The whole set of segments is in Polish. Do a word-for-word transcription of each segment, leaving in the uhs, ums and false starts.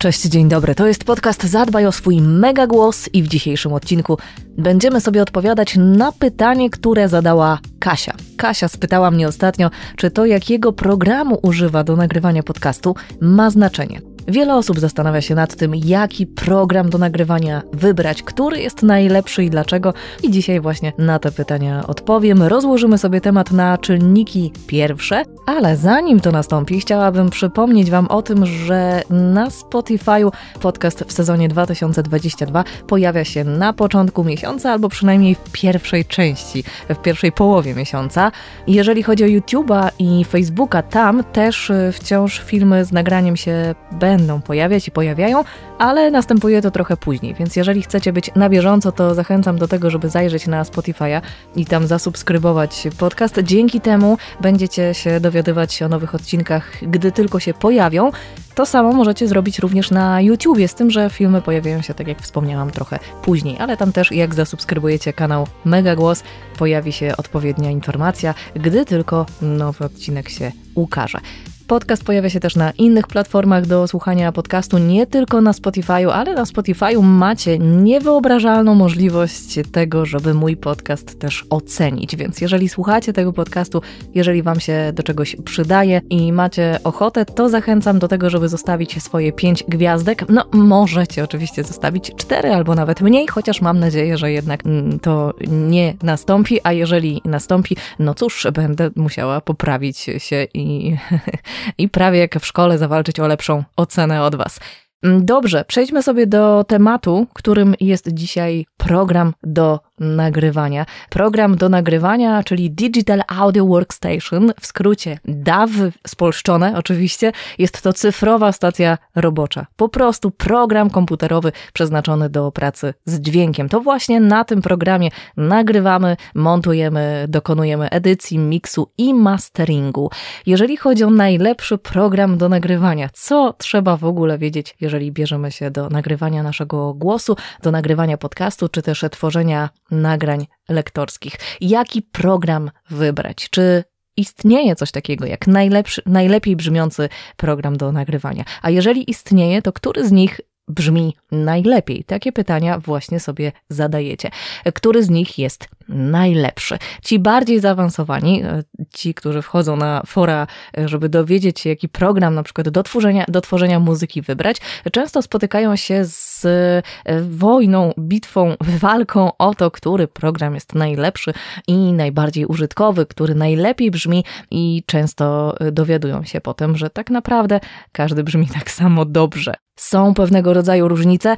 Cześć, dzień dobry. To jest podcast Zadbaj o swój mega głos i w dzisiejszym odcinku będziemy sobie odpowiadać na pytanie, które zadała Kasia. Kasia spytała mnie ostatnio, czy to, jakiego programu używa do nagrywania podcastu, ma znaczenie. Wiele osób zastanawia się nad tym, jaki program do nagrywania wybrać, który jest najlepszy i dlaczego. I dzisiaj właśnie na te pytania odpowiem. Rozłożymy sobie temat na czynniki pierwsze, ale zanim to nastąpi, chciałabym przypomnieć Wam o tym, że na Spotify'u podcast w sezonie dwa tysiące dwudziestym drugim pojawia się na początku miesiąca, albo przynajmniej w pierwszej części, w pierwszej połowie miesiąca. Jeżeli chodzi o YouTube'a i Facebooka, tam też wciąż filmy z nagraniem się będą pojawiać i pojawiają, ale następuje to trochę później, więc jeżeli chcecie być na bieżąco, to zachęcam do tego, żeby zajrzeć na Spotify'a i tam zasubskrybować podcast. Dzięki temu będziecie się dowiadywać o nowych odcinkach, gdy tylko się pojawią. To samo możecie zrobić również na YouTubie, z tym, że filmy pojawiają się, tak jak wspomniałam, trochę później, ale tam też, jak zasubskrybujecie kanał Mega Głos, pojawi się odpowiednia informacja, gdy tylko nowy odcinek się ukaże. Podcast pojawia się też na innych platformach do słuchania podcastu, nie tylko na Spotify'u, ale na Spotify'u macie niewyobrażalną możliwość tego, żeby mój podcast też ocenić. Więc jeżeli słuchacie tego podcastu, jeżeli Wam się do czegoś przydaje i macie ochotę, to zachęcam do tego, żeby zostawić swoje pięć gwiazdek. No, możecie oczywiście zostawić cztery albo nawet mniej, chociaż mam nadzieję, że jednak to nie nastąpi, a jeżeli nastąpi, no cóż, będę musiała poprawić się i... i prawie jak w szkole zawalczyć o lepszą ocenę od Was. Dobrze, przejdźmy sobie do tematu, którym jest dzisiaj program do nagrywania. Program do nagrywania, czyli Digital Audio Workstation, w skrócie D A W, spolszczone oczywiście, jest to cyfrowa stacja robocza. Po prostu program komputerowy przeznaczony do pracy z dźwiękiem. To właśnie na tym programie nagrywamy, montujemy, dokonujemy edycji, miksu i masteringu. Jeżeli chodzi o najlepszy program do nagrywania, co trzeba w ogóle wiedzieć, jeżeli bierzemy się do nagrywania naszego głosu, do nagrywania podcastu, czy też tworzenia nagrań lektorskich. Jaki program wybrać? Czy istnieje coś takiego jak najlepszy, najlepiej brzmiący program do nagrywania? A jeżeli istnieje, to który z nich brzmi najlepiej? Takie pytania właśnie sobie zadajecie. Który z nich jest najlepszy? Ci bardziej zaawansowani, ci, którzy wchodzą na fora, żeby dowiedzieć się, jaki program na przykład do tworzenia, do tworzenia muzyki wybrać, często spotykają się z wojną, bitwą, walką o to, który program jest najlepszy i najbardziej użytkowy, który najlepiej brzmi, i często dowiadują się potem, że tak naprawdę każdy brzmi tak samo dobrze. Są pewnego rodzaju różnice,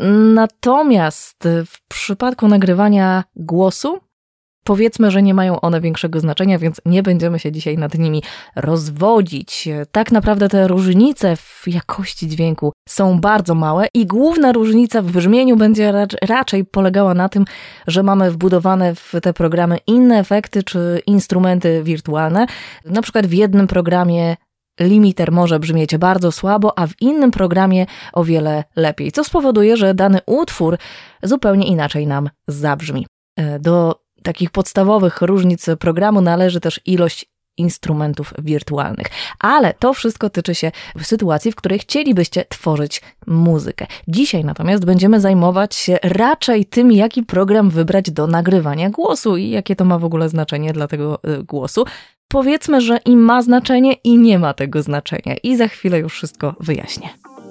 natomiast w przypadku nagrywania głosu powiedzmy, że nie mają one większego znaczenia, więc nie będziemy się dzisiaj nad nimi rozwodzić. Tak naprawdę te różnice w jakości dźwięku są bardzo małe i główna różnica w brzmieniu będzie raczej polegała na tym, że mamy wbudowane w te programy inne efekty czy instrumenty wirtualne. Na przykład w jednym programie limiter może brzmieć bardzo słabo, a w innym programie o wiele lepiej, co spowoduje, że dany utwór zupełnie inaczej nam zabrzmi. Do takich podstawowych różnic programu należy też ilość instrumentów wirtualnych. Ale to wszystko tyczy się sytuacji, w której chcielibyście tworzyć muzykę. Dzisiaj natomiast będziemy zajmować się raczej tym, jaki program wybrać do nagrywania głosu i jakie to ma w ogóle znaczenie dla tego głosu. Powiedzmy, że i ma znaczenie, i nie ma tego znaczenia. I za chwilę już wszystko wyjaśnię.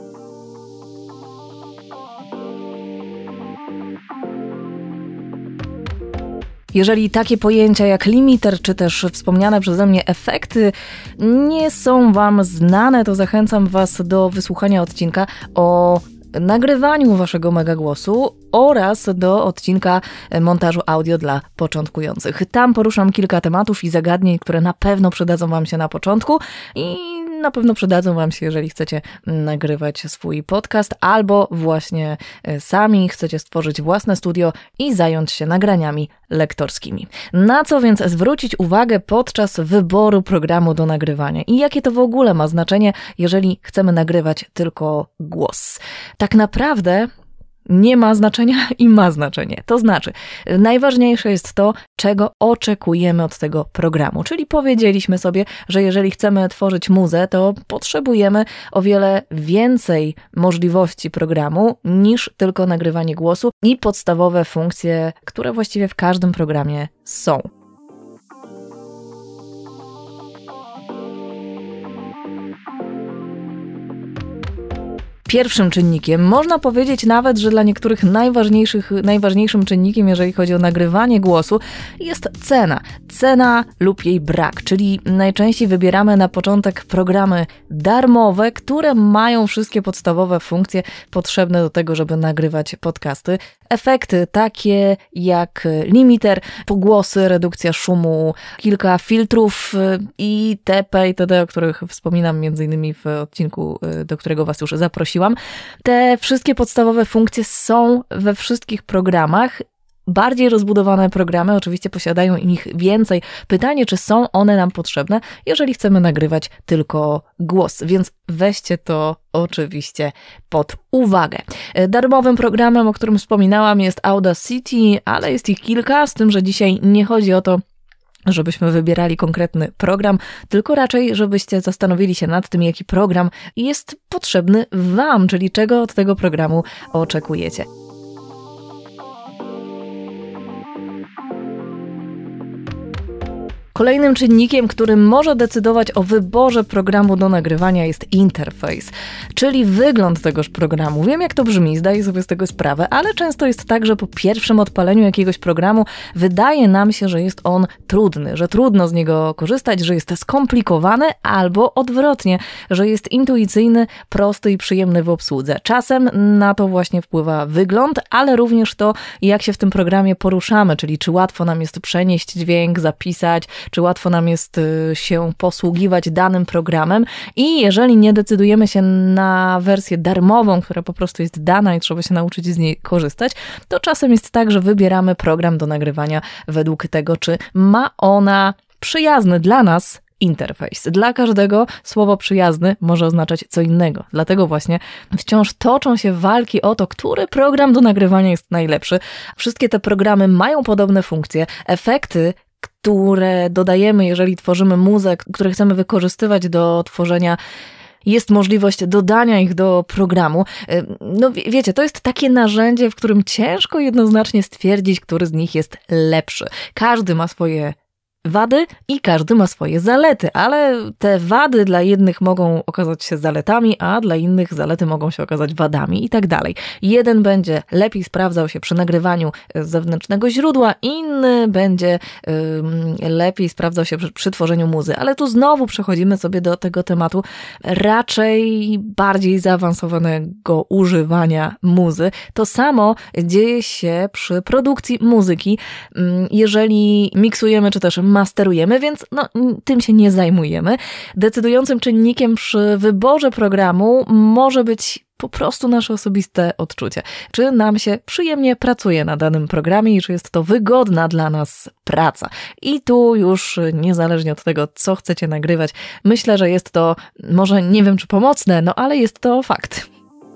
Jeżeli takie pojęcia jak limiter, czy też wspomniane przeze mnie efekty nie są Wam znane, to zachęcam Was do wysłuchania odcinka o nagrywaniu Waszego megagłosu oraz do odcinka montażu audio dla początkujących. Tam poruszam kilka tematów i zagadnień, które na pewno przydadzą Wam się na początku i na pewno przydadzą Wam się, jeżeli chcecie nagrywać swój podcast albo właśnie sami chcecie stworzyć własne studio i zająć się nagraniami lektorskimi. Na co więc zwrócić uwagę podczas wyboru programu do nagrywania i jakie to w ogóle ma znaczenie, jeżeli chcemy nagrywać tylko głos? Tak naprawdę nie ma znaczenia i ma znaczenie. To znaczy, najważniejsze jest to, czego oczekujemy od tego programu. Czyli powiedzieliśmy sobie, że jeżeli chcemy tworzyć muzę, to potrzebujemy o wiele więcej możliwości programu niż tylko nagrywanie głosu i podstawowe funkcje, które właściwie w każdym programie są. Pierwszym czynnikiem, można powiedzieć nawet, że dla niektórych najważniejszych, najważniejszym czynnikiem, jeżeli chodzi o nagrywanie głosu, jest cena. Cena lub jej brak, czyli najczęściej wybieramy na początek programy darmowe, które mają wszystkie podstawowe funkcje potrzebne do tego, żeby nagrywać podcasty. Efekty takie jak limiter, pogłosy, redukcja szumu, kilka filtrów itp. itd., o których wspominam między innymi w odcinku, do którego Was już zaprosiłam. Te wszystkie podstawowe funkcje są we wszystkich programach. Bardziej rozbudowane programy oczywiście posiadają ich więcej. Pytanie, czy są one nam potrzebne, jeżeli chcemy nagrywać tylko głos, więc weźcie to oczywiście pod uwagę. Darmowym programem, o którym wspominałam, jest Audacity, ale jest ich kilka, z tym, że dzisiaj nie chodzi o to, żebyśmy wybierali konkretny program, tylko raczej, żebyście zastanowili się nad tym, jaki program jest potrzebny Wam, czyli czego od tego programu oczekujecie. Kolejnym czynnikiem, który może decydować o wyborze programu do nagrywania, jest interfejs, czyli wygląd tegoż programu. Wiem, jak to brzmi, zdaję sobie z tego sprawę, ale często jest tak, że po pierwszym odpaleniu jakiegoś programu wydaje nam się, że jest on trudny, że trudno z niego korzystać, że jest skomplikowany, albo odwrotnie, że jest intuicyjny, prosty i przyjemny w obsłudze. Czasem na to właśnie wpływa wygląd, ale również to, jak się w tym programie poruszamy, czyli czy łatwo nam jest przenieść dźwięk, zapisać, czy łatwo nam jest się posługiwać danym programem i jeżeli nie decydujemy się na wersję darmową, która po prostu jest dana i trzeba się nauczyć z niej korzystać, to czasem jest tak, że wybieramy program do nagrywania według tego, czy ma ona przyjazny dla nas interfejs. Dla każdego słowo przyjazny może oznaczać co innego. Dlatego właśnie wciąż toczą się walki o to, który program do nagrywania jest najlepszy. Wszystkie te programy mają podobne funkcje, efekty, które dodajemy, jeżeli tworzymy muzę, które chcemy wykorzystywać do tworzenia, jest możliwość dodania ich do programu. No wiecie, to jest takie narzędzie, w którym ciężko jednoznacznie stwierdzić, który z nich jest lepszy. Każdy ma swoje wady i każdy ma swoje zalety, ale te wady dla jednych mogą okazać się zaletami, a dla innych zalety mogą się okazać wadami i tak dalej. Jeden będzie lepiej sprawdzał się przy nagrywaniu z zewnętrznego źródła, inny będzie yy, lepiej sprawdzał się przy, przy tworzeniu muzy, ale tu znowu przechodzimy sobie do tego tematu raczej bardziej zaawansowanego używania muzy. To samo dzieje się przy produkcji muzyki, jeżeli miksujemy czy też masterujemy, więc no, tym się nie zajmujemy. Decydującym czynnikiem przy wyborze programu może być po prostu nasze osobiste odczucie. Czy nam się przyjemnie pracuje na danym programie i czy jest to wygodna dla nas praca. I tu już niezależnie od tego, co chcecie nagrywać, myślę, że jest to, może nie wiem czy pomocne, no ale jest to fakt.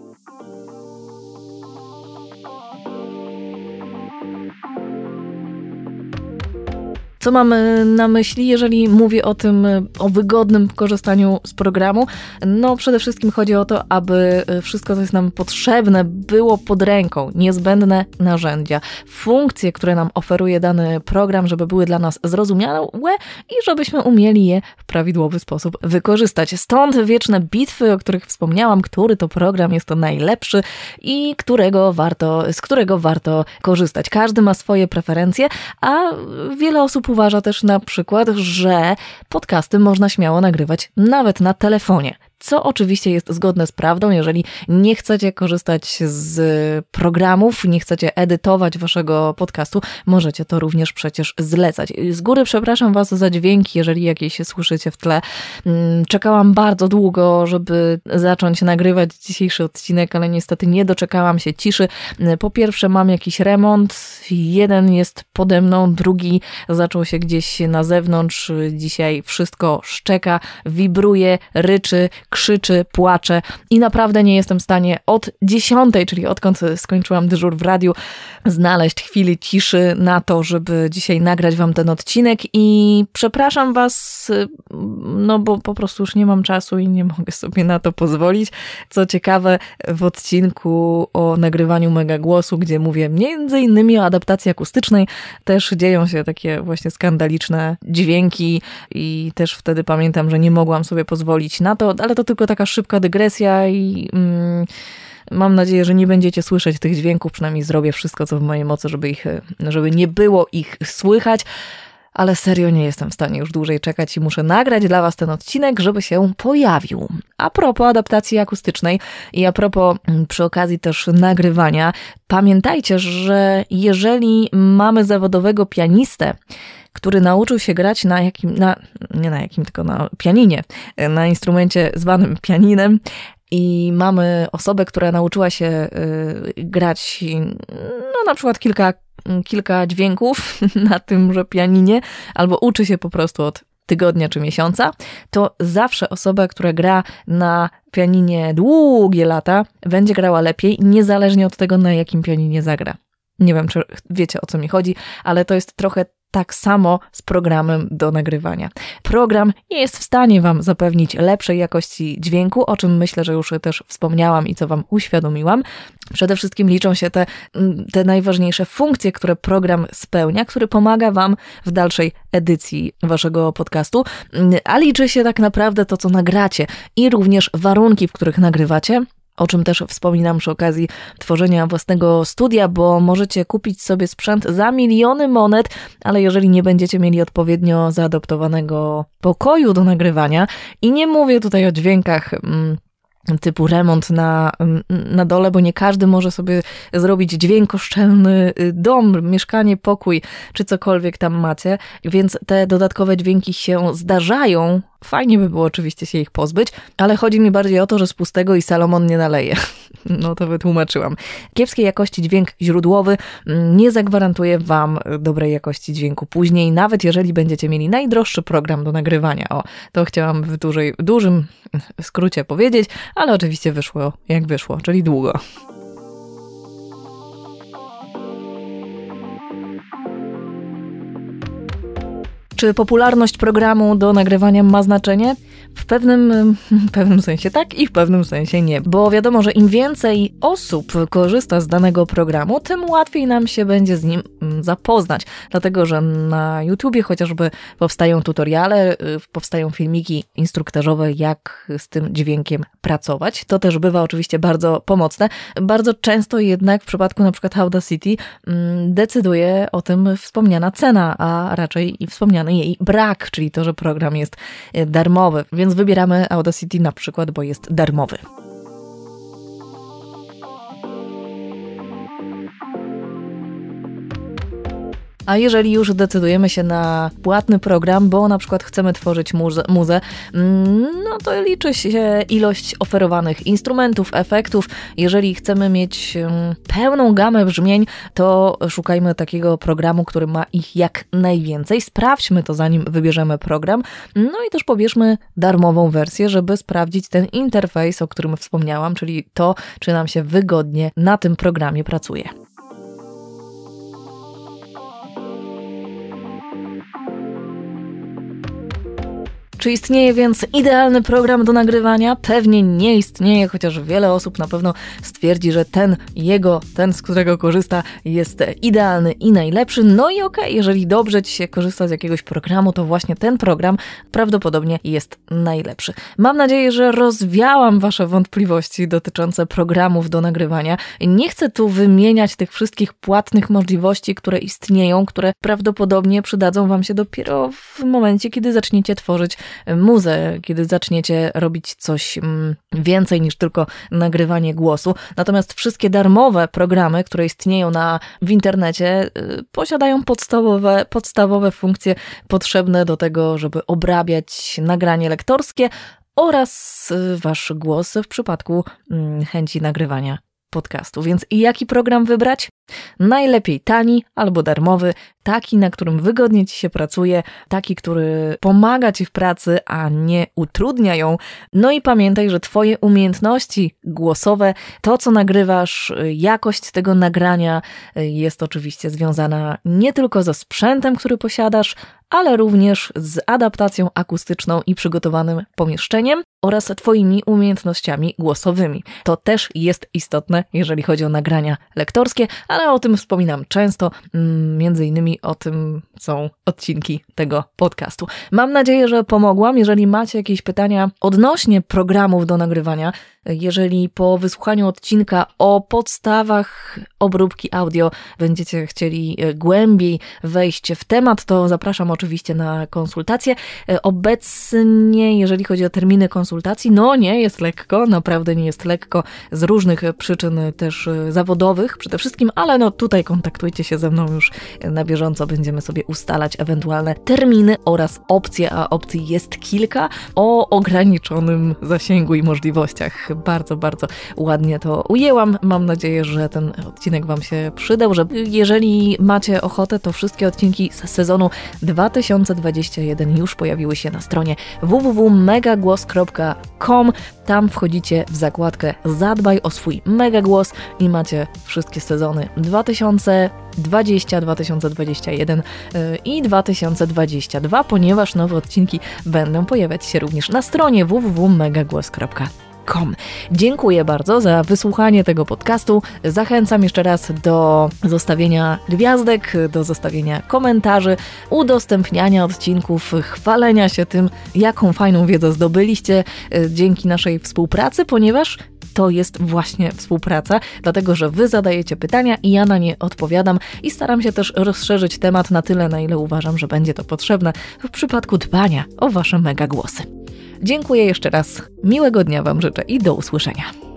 Co mam na myśli, jeżeli mówię o tym, o wygodnym korzystaniu z programu? No przede wszystkim chodzi o to, aby wszystko, co jest nam potrzebne, było pod ręką, niezbędne narzędzia, funkcje, które nam oferuje dany program, żeby były dla nas zrozumiałe i żebyśmy umieli je w prawidłowy sposób wykorzystać. Stąd wieczne bitwy, o których wspomniałam, który to program jest to najlepszy i którego warto, z którego warto korzystać. Każdy ma swoje preferencje, a wiele osób uważa też na przykład, że podcasty można śmiało nagrywać nawet na telefonie. Co oczywiście jest zgodne z prawdą, jeżeli nie chcecie korzystać z programów, nie chcecie edytować waszego podcastu, możecie to również przecież zlecać. Z góry przepraszam was za dźwięki, jeżeli jakieś słyszycie w tle. Czekałam bardzo długo, żeby zacząć nagrywać dzisiejszy odcinek, ale niestety nie doczekałam się ciszy. Po pierwsze mam jakiś remont, jeden jest pode mną, drugi zaczął się gdzieś na zewnątrz. Dzisiaj wszystko szczeka, wibruje, ryczy, krzyczy, płacze i naprawdę nie jestem w stanie od dziesiątej, czyli odkąd skończyłam dyżur w radiu, znaleźć chwili ciszy na to, żeby dzisiaj nagrać wam ten odcinek i przepraszam was, no bo po prostu już nie mam czasu i nie mogę sobie na to pozwolić. Co ciekawe, w odcinku o nagrywaniu Megagłosu, gdzie mówię między innymi o adaptacji akustycznej, też dzieją się takie właśnie skandaliczne dźwięki i też wtedy pamiętam, że nie mogłam sobie pozwolić na to, ale to tylko taka szybka dygresja i mm, mam nadzieję, że nie będziecie słyszeć tych dźwięków, przynajmniej zrobię wszystko, co w mojej mocy, żeby ich, żeby nie było ich słychać. Ale serio nie jestem w stanie już dłużej czekać i muszę nagrać dla was ten odcinek, żeby się pojawił. A propos adaptacji akustycznej i a propos przy okazji też nagrywania, pamiętajcie, że jeżeli mamy zawodowego pianistę, który nauczył się grać na jakim, na, nie na jakim, tylko na pianinie, na instrumencie zwanym pianinem, i mamy osobę, która nauczyła się y, grać, no na przykład kilka, kilka dźwięków na tymże pianinie, albo uczy się po prostu od tygodnia czy miesiąca, to zawsze osoba, która gra na pianinie długie lata, będzie grała lepiej, niezależnie od tego, na jakim pianinie zagra. Nie wiem, czy wiecie, o co mi chodzi, ale to jest trochę tak samo z programem do nagrywania. Program nie jest w stanie wam zapewnić lepszej jakości dźwięku, o czym myślę, że już też wspomniałam i co wam uświadomiłam. Przede wszystkim liczą się te, te najważniejsze funkcje, które program spełnia, który pomaga wam w dalszej edycji waszego podcastu, a liczy się tak naprawdę to, co nagracie i również warunki, w których nagrywacie, o czym też wspominam przy okazji tworzenia własnego studia, bo możecie kupić sobie sprzęt za miliony monet, ale jeżeli nie będziecie mieli odpowiednio zaadoptowanego pokoju do nagrywania, i nie mówię tutaj o dźwiękach mm, typu remont na, na dole, bo nie każdy może sobie zrobić dźwiękoszczelny dom, mieszkanie, pokój, czy cokolwiek tam macie, więc te dodatkowe dźwięki się zdarzają. Fajnie by było oczywiście się ich pozbyć, ale chodzi mi bardziej o to, że z pustego i Salomon nie naleje. No to wytłumaczyłam. Kiepskiej jakości dźwięk źródłowy nie zagwarantuje wam dobrej jakości dźwięku później, nawet jeżeli będziecie mieli najdroższy program do nagrywania. O, to chciałam w dużej, dużym skrócie powiedzieć, ale oczywiście wyszło jak wyszło, czyli długo. Czy popularność programu do nagrywania ma znaczenie? W pewnym, w pewnym sensie tak i w pewnym sensie nie, bo wiadomo, że im więcej osób korzysta z danego programu, tym łatwiej nam się będzie z nim zapoznać, dlatego że na YouTubie chociażby powstają tutoriale, powstają filmiki instruktażowe, jak z tym dźwiękiem pracować. To też bywa oczywiście bardzo pomocne. Bardzo często jednak w przypadku na przykład Audacity decyduje o tym wspomniana cena, a raczej i wspomniany jej brak, czyli to, że program jest darmowy. Więc wybieramy Audacity na przykład, bo jest darmowy. A jeżeli już decydujemy się na płatny program, bo na przykład chcemy tworzyć muzę, muzę, no to liczy się ilość oferowanych instrumentów, efektów. Jeżeli chcemy mieć pełną gamę brzmień, to szukajmy takiego programu, który ma ich jak najwięcej. Sprawdźmy to, zanim wybierzemy program. No i też pobierzmy darmową wersję, żeby sprawdzić ten interfejs, o którym wspomniałam, czyli to, czy nam się wygodnie na tym programie pracuje. Czy istnieje więc idealny program do nagrywania? Pewnie nie istnieje, chociaż wiele osób na pewno stwierdzi, że ten jego, ten z którego korzysta, jest idealny i najlepszy. No i okej, okay, jeżeli dobrze ci się korzysta z jakiegoś programu, to właśnie ten program prawdopodobnie jest najlepszy. Mam nadzieję, że rozwiałam wasze wątpliwości dotyczące programów do nagrywania. Nie chcę tu wymieniać tych wszystkich płatnych możliwości, które istnieją, które prawdopodobnie przydadzą wam się dopiero w momencie, kiedy zaczniecie tworzyć muzę, kiedy zaczniecie robić coś więcej niż tylko nagrywanie głosu. Natomiast wszystkie darmowe programy, które istnieją na, w internecie, posiadają podstawowe, podstawowe funkcje potrzebne do tego, żeby obrabiać nagranie lektorskie oraz wasz głos w przypadku chęci nagrywania podcastu. Więc jaki program wybrać? Najlepiej tani albo darmowy, taki, na którym wygodnie Ci się pracuje, taki, który pomaga Ci w pracy, a nie utrudnia ją. No i pamiętaj, że Twoje umiejętności głosowe, to co nagrywasz, jakość tego nagrania jest oczywiście związana nie tylko ze sprzętem, który posiadasz, ale również z adaptacją akustyczną i przygotowanym pomieszczeniem oraz Twoimi umiejętnościami głosowymi. To też jest istotne, jeżeli chodzi o nagrania lektorskie, ale o tym wspominam często, między innymi o tym są odcinki tego podcastu. Mam nadzieję, że pomogłam. Jeżeli macie jakieś pytania odnośnie programów do nagrywania, jeżeli po wysłuchaniu odcinka o podstawach obróbki audio będziecie chcieli głębiej wejść w temat, to zapraszam oczywiście na konsultacje. Obecnie, jeżeli chodzi o terminy konsultacji, no nie jest lekko, naprawdę nie jest lekko, z różnych przyczyn też zawodowych przede wszystkim, ale no tutaj kontaktujcie się ze mną już na bieżąco, będziemy sobie ustalać ewentualne terminy oraz opcje, a opcji jest kilka o ograniczonym zasięgu i możliwościach. Bardzo, bardzo ładnie to ujęłam. Mam nadzieję, że ten odcinek Wam się przydał, że jeżeli macie ochotę, to wszystkie odcinki z sezonu dwa tysiące dwudziestego pierwszego już pojawiły się na stronie w w w kropka megagłos kropka com. Tam wchodzicie w zakładkę Zadbaj o swój megagłos i macie wszystkie sezony dwa tysiące dwudziesty, dwa tysiące dwudziesty pierwszy i dwa tysiące dwudziesty drugi, ponieważ nowe odcinki będą pojawiać się również na stronie w w w kropka megagłos kropka com. Dziękuję bardzo za wysłuchanie tego podcastu. Zachęcam jeszcze raz do zostawienia gwiazdek, do zostawienia komentarzy, udostępniania odcinków, chwalenia się tym, jaką fajną wiedzę zdobyliście dzięki naszej współpracy, ponieważ to jest właśnie współpraca, dlatego że Wy zadajecie pytania i ja na nie odpowiadam i staram się też rozszerzyć temat na tyle, na ile uważam, że będzie to potrzebne w przypadku dbania o Wasze megagłosy. Dziękuję jeszcze raz, miłego dnia Wam życzę i do usłyszenia.